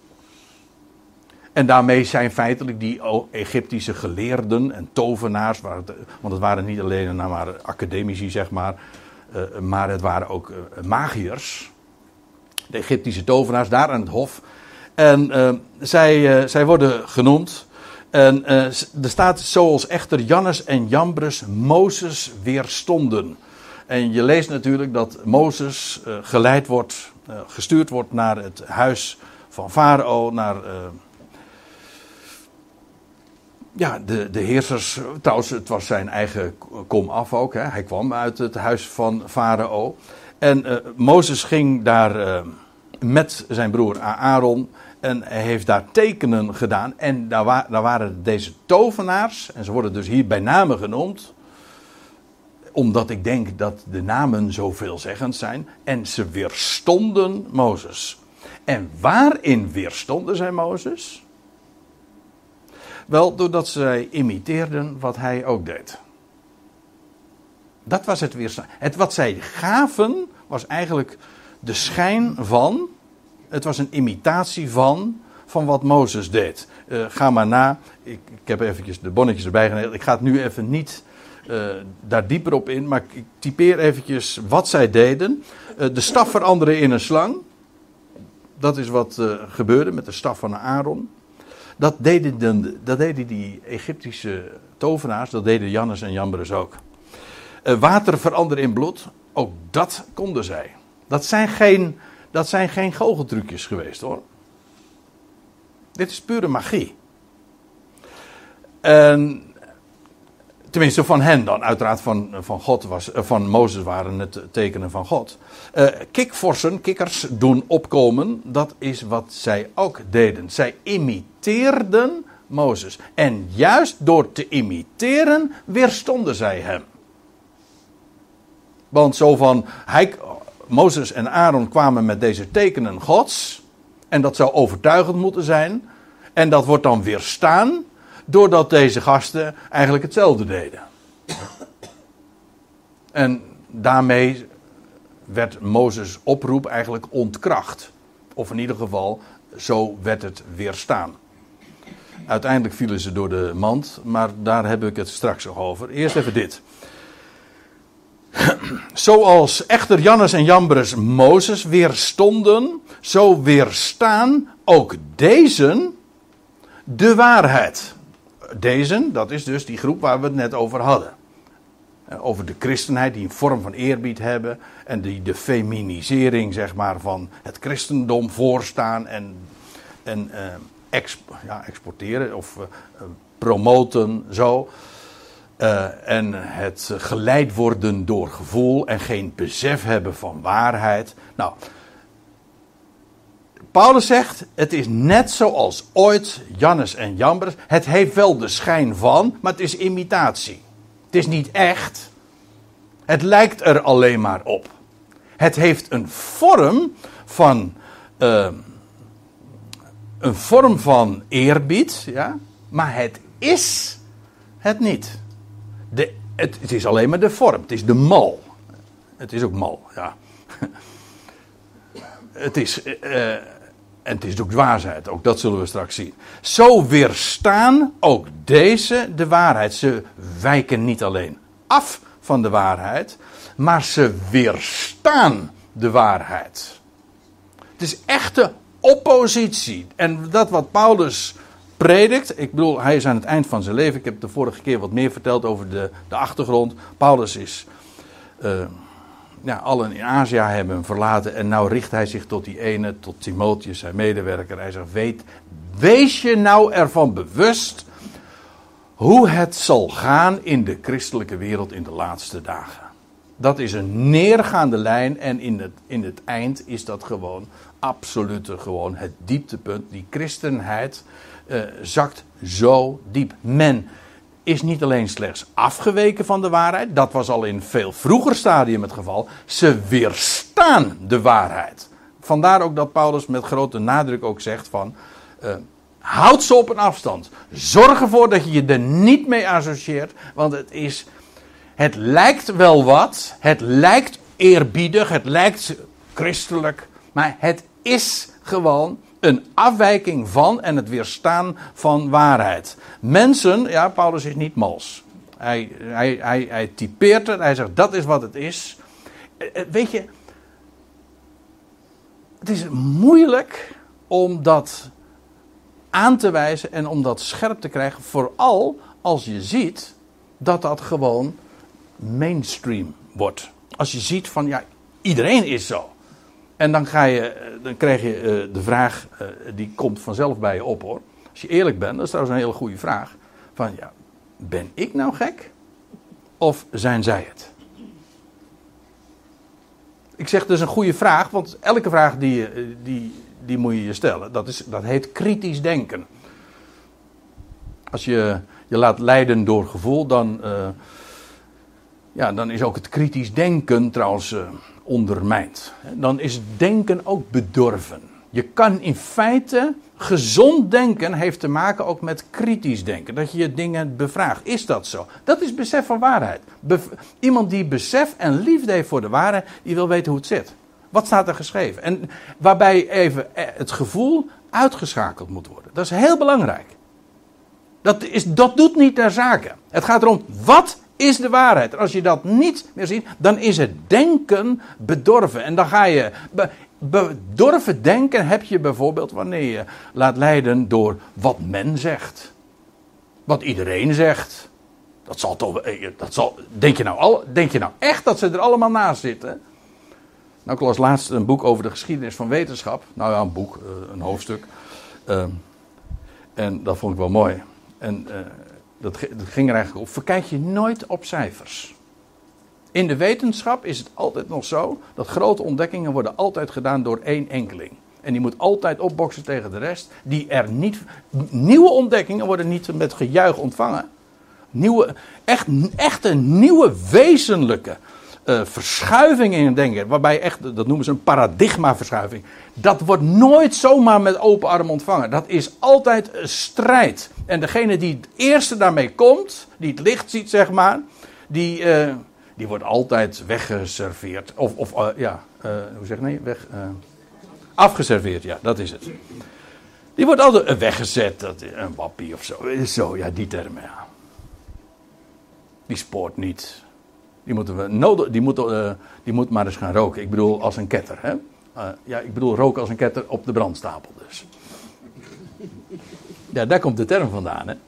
En daarmee zijn feitelijk die Egyptische geleerden en tovenaars, want het waren niet alleen maar academici, zeg maar het waren ook magiërs. De Egyptische tovenaars daar aan het hof. En zij worden genoemd. En er staat zoals echter Jannes en Jambres Mozes weerstonden. En je leest natuurlijk dat Mozes gestuurd wordt naar het huis van Farao, naar de heersers. Trouwens, het was zijn eigen komaf ook. Hè. Hij kwam uit het huis van Farao. En Mozes ging daar met zijn broer Aaron. En hij heeft daar tekenen gedaan. En daar waren deze tovenaars. En ze worden dus hier bij name genoemd. Omdat ik denk dat de namen zo veelzeggend zijn. En ze weerstonden Mozes. En waarin weerstonden zij Mozes? Wel, doordat zij imiteerden wat hij ook deed. Dat was het weerstaan. Wat zij gaven was eigenlijk de schijn van. Het was een imitatie van wat Mozes deed. Ga maar na. Ik heb eventjes de bonnetjes erbij genomen. Ik ga het nu even niet daar dieper op in. Maar ik typeer eventjes wat zij deden. De staf veranderen in een slang. Dat is wat gebeurde met de staf van Aaron. Dat deden die Egyptische tovenaars. Dat deden Jannes en Jambres ook. Water veranderen in bloed. Ook dat konden zij. Dat zijn geen goocheltrucjes geweest, hoor. Dit is pure magie. En tenminste van hen dan. Uiteraard van God van Mozes waren het tekenen van God. Kikkers doen opkomen. Dat is wat zij ook deden. Zij imiteerden Mozes. En juist door te imiteren weerstonden zij hem. Want zo van Mozes en Aaron kwamen met deze tekenen Gods. En dat zou overtuigend moeten zijn. En dat wordt dan weerstaan. Doordat deze gasten eigenlijk hetzelfde deden. En daarmee werd Mozes' oproep eigenlijk ontkracht. Of in ieder geval, zo werd het weerstaan. Uiteindelijk vielen ze door de mand. Maar daar heb ik het straks nog over. Eerst even dit. Zoals echter Jannes en Jambres Mozes weerstonden, zo weerstaan ook deze de waarheid. Deze, dat is dus die groep waar we het net over hadden. Over de christenheid die een vorm van eerbied hebben en die de feminisering, zeg maar, van het christendom voorstaan en exporteren of promoten zo. En het geleid worden door gevoel en geen besef hebben van waarheid. Nou, Paulus zegt, het is net zoals ooit Jannes en Jambres. Het heeft wel de schijn van, maar het is imitatie. Het is niet echt. Het lijkt er alleen maar op. Het heeft een vorm van eerbied, ja, maar het is het niet. Het is alleen maar de vorm. Het is de mal. Het is ook mal, ja. En het is ook dwaasheid. Ook dat zullen we straks zien. Zo weerstaan ook deze de waarheid. Ze wijken niet alleen af van de waarheid, maar ze weerstaan de waarheid. Het is echte oppositie. En dat wat Paulus predikt, ik bedoel, hij is aan het eind van zijn leven. Ik heb de vorige keer wat meer verteld over de achtergrond. Paulus is, allen in Azië hebben hem verlaten. En nou richt hij zich tot die ene, tot Timotheus, zijn medewerker. Hij zegt, wees je nou ervan bewust hoe het zal gaan in de christelijke wereld in de laatste dagen. Dat is een neergaande lijn en in het eind is dat gewoon absolute gewoon het dieptepunt. Die christenheid zakt zo diep. Men is niet alleen slechts afgeweken van de waarheid, dat was al in een veel vroeger stadium het geval. Ze weerstaan de waarheid. Vandaar ook dat Paulus met grote nadruk ook zegt van, houd ze op een afstand. Zorg ervoor dat je je er niet mee associeert, want het lijkt wel wat, het lijkt eerbiedig, het lijkt christelijk, maar het is gewoon een afwijking van en het weerstaan van waarheid. Mensen, ja, Paulus is niet mals. Hij typeert het, hij zegt dat is wat het is. Weet je, het is moeilijk om dat aan te wijzen en om dat scherp te krijgen. Vooral als je ziet dat dat gewoon mainstream wordt. Als je ziet van ja, iedereen is zo. En dan krijg je de vraag, die komt vanzelf bij je op hoor. Als je eerlijk bent, dat is trouwens een hele goede vraag. Van ja, ben ik nou gek? Of zijn zij het? Ik zeg dus een goede vraag, want elke vraag die moet je je stellen. Dat heet kritisch denken. Als je je laat leiden door gevoel, dan is ook het kritisch denken trouwens ondermijnd. Dan is het denken ook bedorven. Je kan in feite, gezond denken heeft te maken ook met kritisch denken. Dat je dingen bevraagt. Is dat zo? Dat is besef van waarheid. Iemand die besef en liefde heeft voor de waarheid, die wil weten hoe het zit. Wat staat er geschreven? En waarbij even het gevoel uitgeschakeld moet worden. Dat is heel belangrijk. Dat doet niet ter zake. Het gaat erom, wat is de waarheid? En als je dat niet meer ziet, dan is het denken bedorven. En dan ga je bedorven denken heb je bijvoorbeeld wanneer je laat leiden door wat men zegt. Wat iedereen zegt. Denk je nou echt dat ze er allemaal naast zitten? Nou, ik las laatst een boek over de geschiedenis van wetenschap. Nou ja, een boek, een hoofdstuk. En dat vond ik wel mooi. En dat ging er eigenlijk op. Verkijk je nooit op cijfers. In de wetenschap is het altijd nog zo dat grote ontdekkingen worden altijd gedaan door één enkeling. En die moet altijd opboksen tegen de rest. Nieuwe ontdekkingen worden niet met gejuich ontvangen. Echte nieuwe wezenlijke verschuiving in het denken. Waarbij echt, dat noemen ze een paradigmaverschuiving. Dat wordt nooit zomaar met open armen ontvangen. Dat is altijd een strijd. En degene die het eerste daarmee komt, die het licht ziet zeg maar, die wordt altijd weggeserveerd. Hoe zeg je? Afgeserveerd, ja, dat is het. Die wordt altijd weggezet, een wappie of zo. Zo, ja, die termen, ja. Die spoort niet. Die moet maar eens gaan roken. Ik bedoel, als een ketter, hè. Ik bedoel roken als een ketter op de brandstapel dus. Ja, daar komt de term vandaan, hè.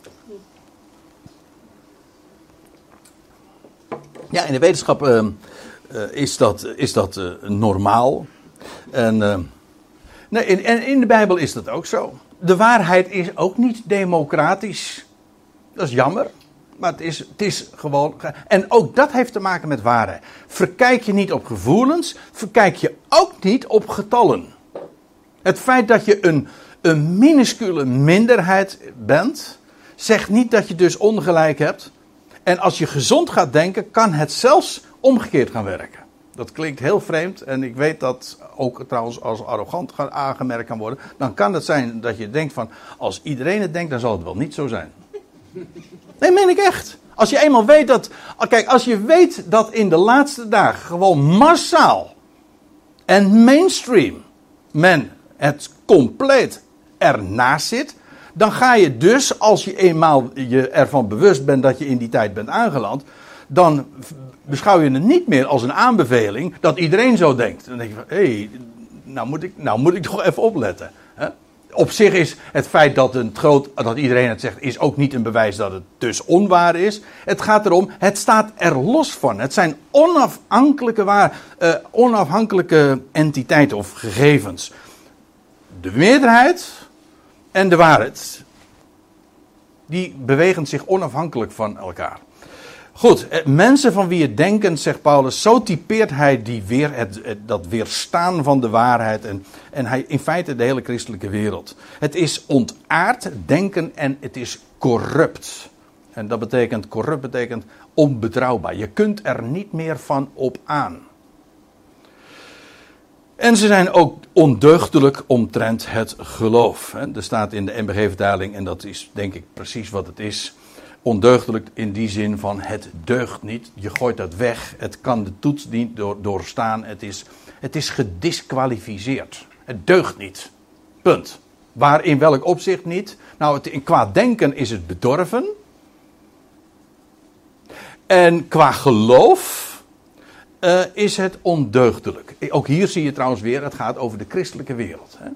Ja, in de wetenschap is dat normaal. En in de Bijbel is dat ook zo. De waarheid is ook niet democratisch. Dat is jammer. Maar het is gewoon. En ook dat heeft te maken met waarheid. Verkijk je niet op gevoelens. Verkijk je ook niet op getallen. Het feit dat je een minuscule minderheid bent, zegt niet dat je dus ongelijk hebt. En als je gezond gaat denken, kan het zelfs omgekeerd gaan werken. Dat klinkt heel vreemd en ik weet dat ook trouwens als arrogant aangemerkt kan worden. Dan kan het zijn dat je denkt van, als iedereen het denkt, dan zal het wel niet zo zijn. Nee, meen ik echt. Als je eenmaal weet dat, kijk, als je weet dat in de laatste dagen gewoon massaal en mainstream men het compleet ernaast zit, dan ga je dus, als je eenmaal je ervan bewust bent dat je in die tijd bent aangeland, dan beschouw je het niet meer als een aanbeveling dat iedereen zo denkt. Dan denk je van, hé, nou moet ik toch even opletten. Hè? Op zich is het feit dat iedereen het zegt, is ook niet een bewijs dat het dus onwaar is. Het gaat erom, het staat er los van. Het zijn onafhankelijke entiteiten of gegevens. De meerderheid en de waarheid, die bewegen zich onafhankelijk van elkaar. Goed, mensen van wie het denken, zegt Paulus, zo typeert hij dat weerstaan van de waarheid en hij in feite de hele christelijke wereld. Het is ontaard denken en het is corrupt. En dat betekent, corrupt betekent onbetrouwbaar. Je kunt er niet meer van op aan. En ze zijn ook ondeugdelijk omtrent het geloof. Er staat in de NBG-vertaling, en dat is denk ik precies wat het is, ondeugdelijk in die zin van het deugt niet. Je gooit dat weg. Het kan de toets niet doorstaan. Het is gediskwalificeerd. Het deugt niet. Punt. Waar in welk opzicht niet? Nou, qua denken is het bedorven. En qua geloof is het ondeugdelijk. Ook hier zie je trouwens weer, het gaat over de christelijke wereld. Hè?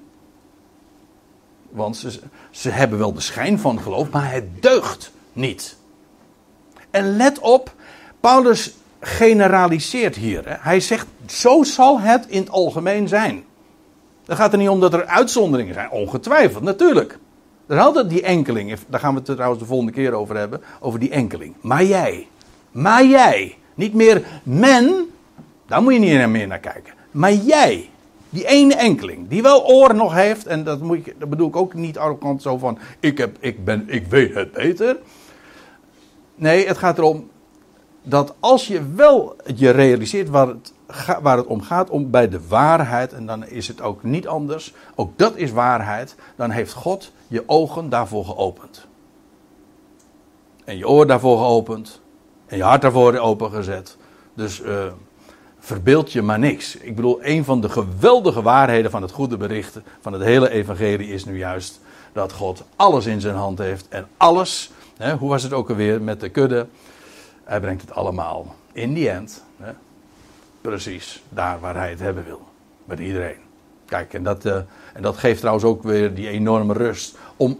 Want ze hebben wel de schijn van geloof, maar het deugt niet. En let op, Paulus generaliseert hier. Hè? Hij zegt, zo zal het in het algemeen zijn. Dan gaat het niet om dat er uitzonderingen zijn. Ongetwijfeld, natuurlijk. Er is altijd die enkeling. Daar gaan we het trouwens de volgende keer over hebben. Over die enkeling. Maar jij. Niet meer men. Daar moet je niet meer naar kijken. Maar jij. Die ene enkeling. Die wel oren nog heeft. En dat bedoel ik ook niet arrogant zo van. Ik weet het beter. Nee, het gaat erom. Dat als je wel je realiseert waar het om gaat, om bij de waarheid, en dan is het ook niet anders, ook dat is waarheid, dan heeft God je ogen daarvoor geopend. En je oor daarvoor geopend, en je hart daarvoor opengezet. Dus verbeeld je maar niks. Ik bedoel, een van de geweldige waarheden van het goede bericht, van het hele evangelie, is nu juist dat God alles in zijn hand heeft, en alles, hoe was het ook alweer met de kudde? Hij brengt het allemaal in the end. Hè, precies daar waar hij het hebben wil. Met iedereen. Kijk, en dat geeft trouwens ook weer die enorme rust.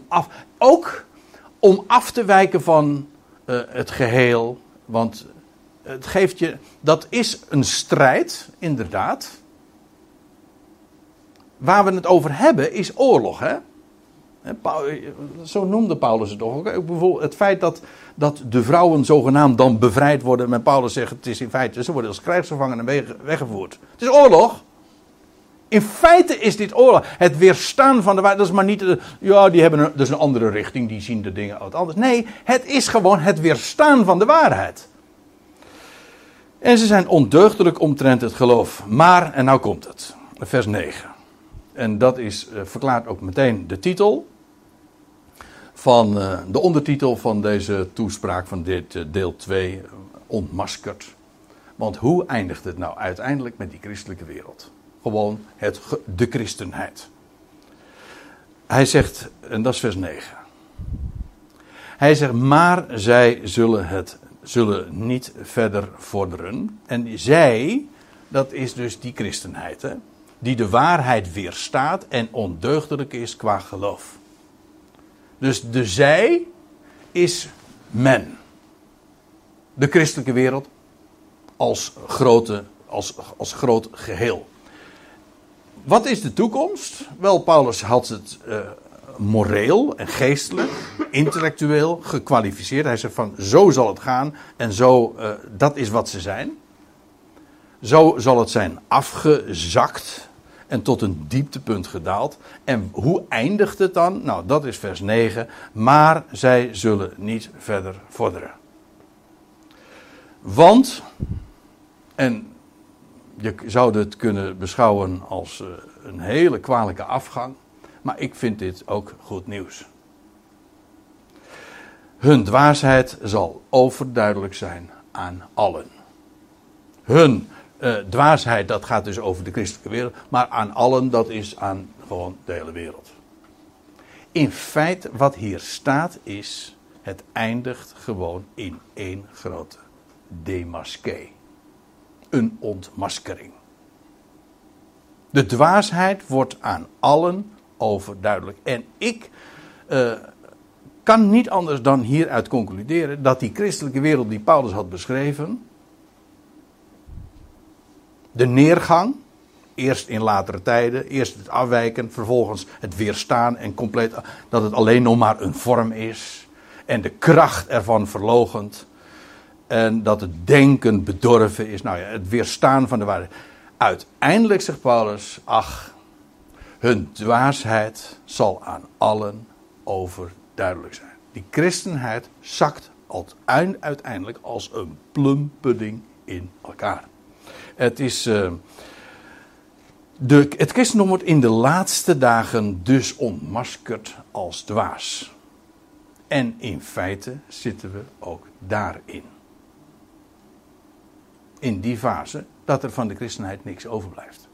Om af te wijken van het geheel. Want het geeft je. Dat is een strijd, inderdaad. Waar we het over hebben is oorlog, hè? Zo noemde Paulus het toch ook. Bijvoorbeeld het feit dat de vrouwen zogenaamd dan bevrijd worden. Maar Paulus zegt, het is in feite, ze worden als krijgsgevangenen weggevoerd. Het is oorlog. In feite is dit oorlog. Het weerstaan van de waarheid. Dat is maar niet, die hebben dus een andere richting. Die zien de dingen uit anders. Nee, het is gewoon het weerstaan van de waarheid. En ze zijn ondeugdelijk omtrent het geloof. Maar, en nou komt het. Vers 9. En dat verklaart ook meteen de titel. Van de ondertitel van deze toespraak van dit deel 2, ontmaskerd. Want hoe eindigt het nou uiteindelijk met die christelijke wereld? Gewoon de christenheid. Hij zegt, en dat is vers 9. Hij zegt, maar zij zullen niet verder vorderen. En zij, dat is dus die christenheid, hè, die de waarheid weerstaat en ondeugdelijk is qua geloof. Dus de zij is men. De christelijke wereld als groot geheel. Wat is de toekomst? Wel, Paulus had het moreel en geestelijk, intellectueel gekwalificeerd. Hij zegt van, zo zal het gaan en zo, dat is wat ze zijn. Zo zal het zijn afgezakt en tot een dieptepunt gedaald. En hoe eindigt het dan? Nou, dat is vers 9. Maar zij zullen niet verder vorderen. Want, en je zou het kunnen beschouwen als een hele kwalijke afgang, maar ik vind dit ook goed nieuws. Hun dwaasheid zal overduidelijk zijn aan allen. Hun dwaasheid, dat gaat dus over de christelijke wereld, maar aan allen, dat is aan gewoon de hele wereld. In feite, wat hier staat is, het eindigt gewoon in één grote demaske. Een ontmaskering. De dwaasheid wordt aan allen overduidelijk. En ik kan niet anders dan hieruit concluderen dat die christelijke wereld die Paulus had beschreven, de neergang, eerst in latere tijden, eerst het afwijken, vervolgens het weerstaan en compleet, dat het alleen nog maar een vorm is en de kracht ervan verloochent en dat het denken bedorven is, nou ja, het weerstaan van de waarheid. Uiteindelijk zegt Paulus, ach, hun dwaasheid zal aan allen overduidelijk zijn. Die christenheid zakt uiteindelijk als een plumpudding in elkaar. Het is, het christendom wordt in de laatste dagen dus ontmaskerd als dwaas. En in feite zitten we ook daarin. In die fase dat er van de christenheid niks overblijft.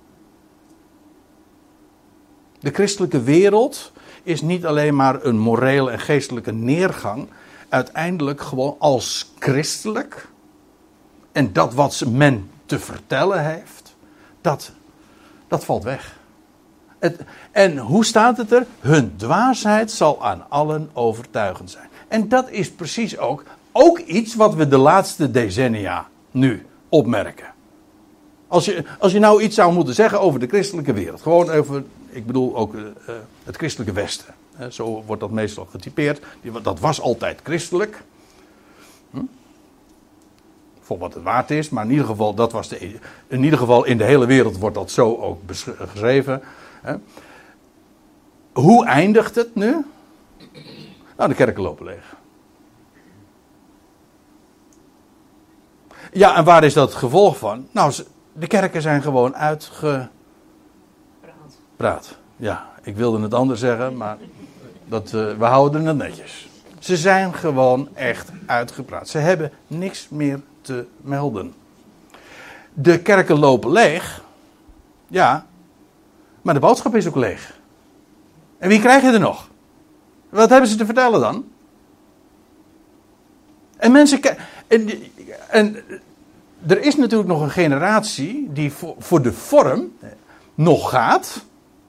De christelijke wereld is niet alleen maar een morele en geestelijke neergang. Uiteindelijk gewoon als christelijk. En dat wat men te vertellen heeft, dat valt weg. En hoe staat het er? Hun dwaasheid zal aan allen overtuigend zijn. En dat is precies ook iets wat we de laatste decennia nu opmerken. Als je nou iets zou moeten zeggen over de christelijke wereld. Gewoon over, ik bedoel ook het christelijke Westen. Zo wordt dat meestal getypeerd. Dat was altijd christelijk. Voor wat het waard is. Maar in ieder geval, in ieder geval in de hele wereld wordt dat zo ook geschreven. Hoe eindigt het nu? Nou, de kerken lopen leeg. Ja, en waar is dat het gevolg van? Nou, de kerken zijn gewoon uitgepraat. Ja, ik wilde het anders zeggen, maar we houden het netjes. Ze zijn gewoon echt uitgepraat. Ze hebben niks meer te melden. De kerken lopen leeg. Ja, maar de boodschap is ook leeg. En wie krijg je er nog? Wat hebben ze te vertellen dan? En mensen... En er is natuurlijk nog een generatie die voor de vorm nog gaat.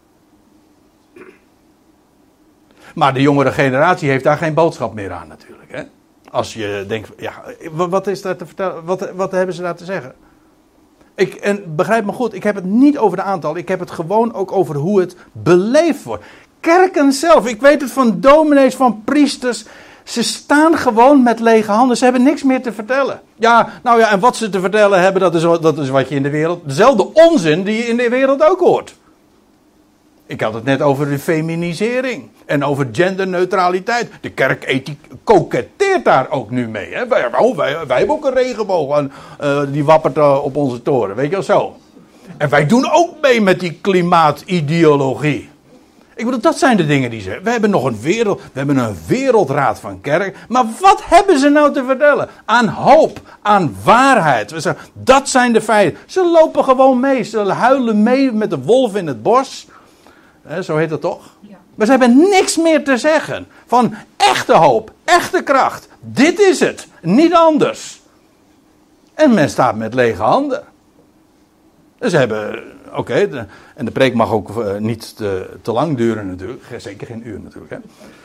Maar de jongere generatie heeft daar geen boodschap meer aan natuurlijk. Hè? Als je denkt, ja, wat is daar te vertellen? Wat hebben ze daar te zeggen? En begrijp me goed, ik heb het niet over de aantallen. Ik heb het gewoon ook over hoe het beleefd wordt. Kerken zelf, ik weet het van dominees, van priesters. Ze staan gewoon met lege handen. Ze hebben niks meer te vertellen. Ja, nou ja, en wat ze te vertellen hebben, dat is wat je in de wereld... Dezelfde onzin die je in de wereld ook hoort. Ik had het net over de feminisering. En over genderneutraliteit. De kerkethiek koketteert daar ook nu mee. Hè? Wij hebben ook een regenboog. Die wappert op onze toren. Weet je wel zo. En wij doen ook mee met die klimaatideologie. Ik bedoel, dat zijn de dingen die ze... We hebben een wereldraad van kerk. Maar wat hebben ze nou te vertellen? Aan hoop, aan waarheid. Dat zijn de feiten. Ze lopen gewoon mee. Ze huilen mee met de wolf in het bos. Zo heet dat toch? Ja. Maar ze hebben niks meer te zeggen. Van echte hoop, echte kracht. Dit is het. Niet anders. En men staat met lege handen. Dus ze hebben... Oké, en de preek mag ook niet te lang duren natuurlijk. Zeker geen uur natuurlijk. Hè?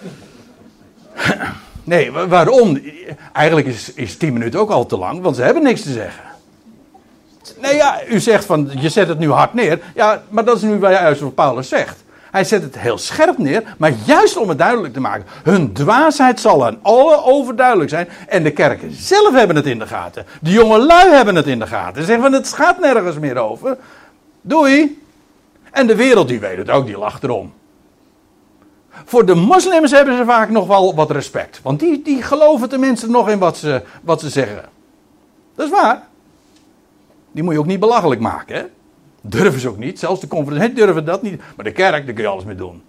Nee, waarom? Eigenlijk is 10 minuten ook al te lang, want ze hebben niks te zeggen. Nee, ja, u zegt van, je zet het nu hard neer. Ja, maar dat is nu juist wat Paulus zegt. Hij zet het heel scherp neer, maar juist om het duidelijk te maken. Hun dwaasheid zal aan alle overduidelijk zijn. En de kerken zelf hebben het in de gaten. De jonge lui hebben het in de gaten. Ze zeggen van, het gaat nergens meer over. Doei. En de wereld die weet het ook, die lacht erom. Voor de moslims hebben ze vaak nog wel wat respect. Want die geloven tenminste nog in wat ze zeggen. Dat is waar. Die moet je ook niet belachelijk maken, hè. Durven ze ook niet. Zelfs de conferentie durven dat niet. Maar de kerk, daar kun je alles mee doen.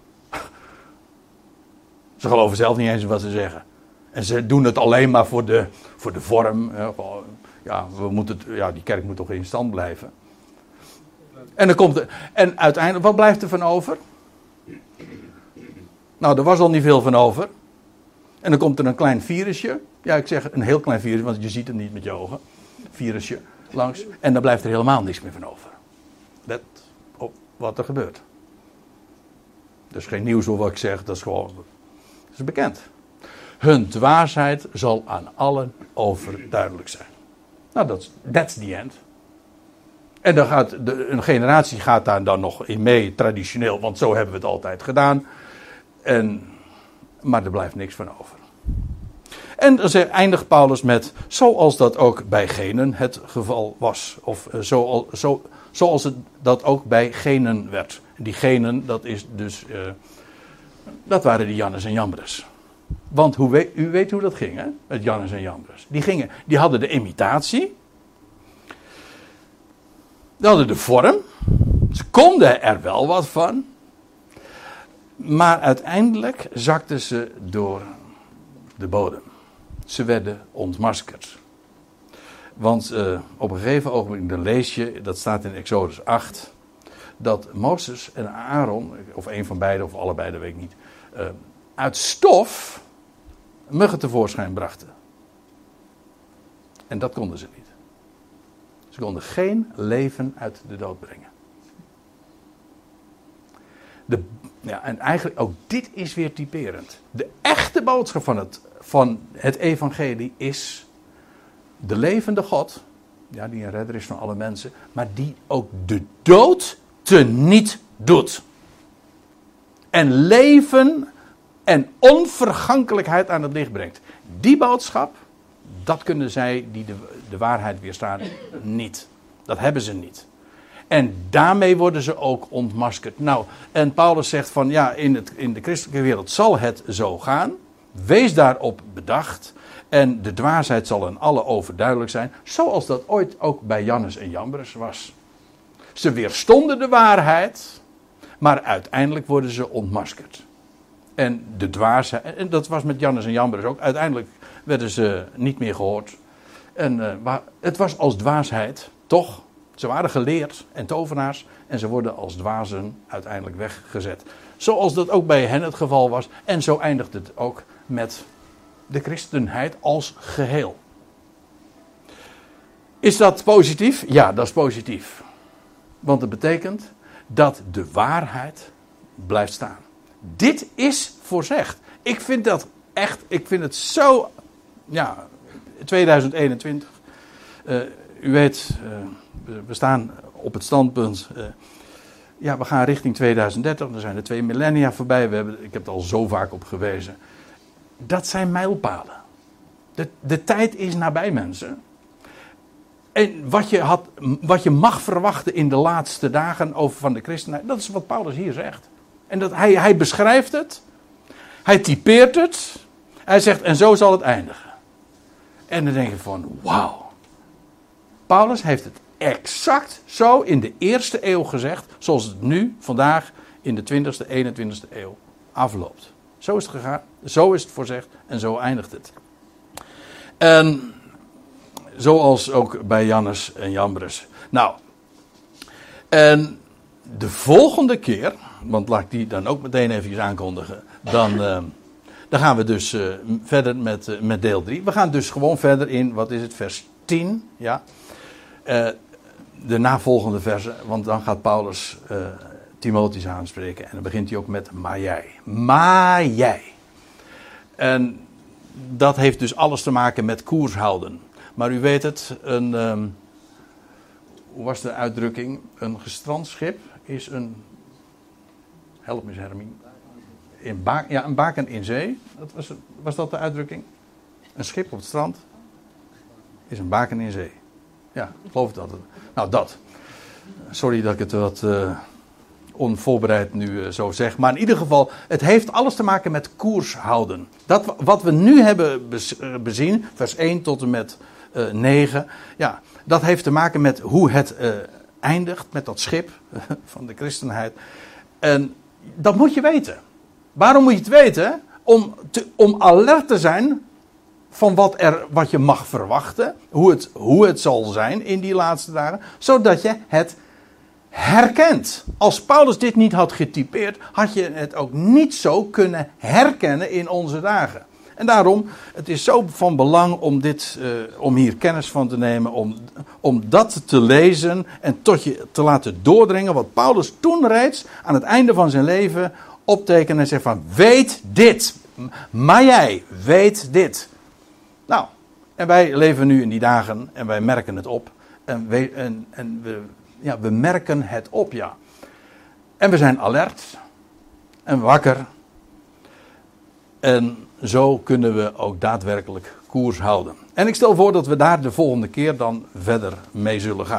Ze geloven zelf niet eens in wat ze zeggen. En ze doen het alleen maar voor de vorm. Ja, die kerk moet toch in stand blijven. En uiteindelijk, wat blijft er van over? Nou, er was al niet veel van over. En dan komt er een klein virusje. Ja, ik zeg een heel klein virusje, want je ziet het niet met je ogen. Virusje langs. En dan blijft er helemaal niks meer van over. Let op wat er gebeurt. Dus geen nieuws of wat ik zeg, dat is gewoon... Dat is bekend. Hun dwaasheid zal aan allen overduidelijk zijn. Nou, that's the end. En dan gaat een generatie gaat daar dan nog in mee, traditioneel, want zo hebben we het altijd gedaan. Maar er blijft niks van over. En dan eindigt Paulus met, zoals dat ook bij genen het geval was. Of zoals dat ook bij genen werd. Die genen, dat is dus, dat waren die Jannes en Jambres. Want u weet hoe dat ging, hè? Met Jannes en Jambres. Die hadden de imitatie. Die hadden de vorm. Ze konden er wel wat van. Maar uiteindelijk zakten ze door de bodem. Ze werden ontmaskerd. Want op een gegeven ogenblik, dan lees je, dat staat in Exodus 8, dat Mozes en Aaron, of een van beiden of allebei, dat weet ik niet, uit stof muggen tevoorschijn brachten. En dat konden ze niet. Ze konden geen leven uit de dood brengen. En eigenlijk ook dit is weer typerend. De echte boodschap van het evangelie is de levende God, ja, die een redder is van alle mensen, maar die ook de dood teniet doet. En leven en onvergankelijkheid aan het licht brengt. Die boodschap, dat kunnen zij die de waarheid weerstaan niet. Dat hebben ze niet. En daarmee worden ze ook ontmaskerd. Nou, en Paulus zegt van ja, in de christelijke wereld zal het zo gaan. Wees daarop bedacht. En de dwaasheid zal aan alle overduidelijk zijn. Zoals dat ooit ook bij Jannes en Jambres was. Ze weerstonden de waarheid. Maar uiteindelijk worden ze ontmaskerd. En de dwaasheid, en dat was met Jannes en Jambres ook. Uiteindelijk werden ze niet meer gehoord. En het was als dwaasheid, toch? Ze waren geleerd en tovenaars en ze worden als dwazen uiteindelijk weggezet. Zoals dat ook bij hen het geval was. En zo eindigt het ook met de christenheid als geheel. Is dat positief? Ja, dat is positief. Want het betekent dat de waarheid blijft staan. Dit is voorzegd. Ik vind dat echt, ik vind het zo, ja, 2021. U weet, we staan op het standpunt, we gaan richting 2030. Er zijn er 2 millennia voorbij. Ik heb het al zo vaak op gewezen. Dat zijn mijlpalen. De tijd is nabij, mensen. En wat je mag verwachten in de laatste dagen van de christenheid, dat is wat Paulus hier zegt. En dat hij beschrijft het. Hij typeert het. Hij zegt, en zo zal het eindigen. En dan denk je van, wauw. Paulus heeft het exact zo in de eerste eeuw gezegd, zoals het nu, vandaag, in de 20e, 21e eeuw afloopt. Zo is het gegaan, zo is het voorzegd en zo eindigt het. En zoals ook bij Jannes en Jambres. Nou, en de volgende keer, want laat ik die dan ook meteen even aankondigen, dan gaan we dus verder met deel 3. We gaan dus gewoon verder in, wat is het, vers 10, ja. De navolgende versen, want dan gaat Paulus Timotheus aanspreken en dan begint hij ook met maar jij. Maar jij. En dat heeft dus alles te maken met koers houden. Maar u weet het, hoe was de uitdrukking? Een gestrand schip is een, help me eens Hermien, een baken in zee. Was dat de uitdrukking? Een schip op het strand is een baken in zee. Ja, ik geloof dat. Nou, dat. Sorry dat ik het wat onvoorbereid nu zo zeg. Maar in ieder geval, het heeft alles te maken met koers houden. Dat wat we nu hebben bezien, vers 1 tot en met 9. Ja, dat heeft te maken met hoe het eindigt met dat schip van de christenheid. En dat moet je weten. Waarom moet je het weten? Om alert te zijn van wat je mag verwachten. Hoe het zal zijn in die laatste dagen. Zodat je het herkent. Als Paulus dit niet had getypeerd, had je het ook niet zo kunnen herkennen in onze dagen. En daarom, het is zo van belang om hier kennis van te nemen, om dat te lezen en tot je te laten doordringen wat Paulus toen reeds aan het einde van zijn leven optekent en zegt van, weet dit, maar jij, weet dit. Nou, en wij leven nu in die dagen en wij merken het op. En we merken het op, ja. En we zijn alert en wakker. En zo kunnen we ook daadwerkelijk koers houden. En ik stel voor dat we daar de volgende keer dan verder mee zullen gaan.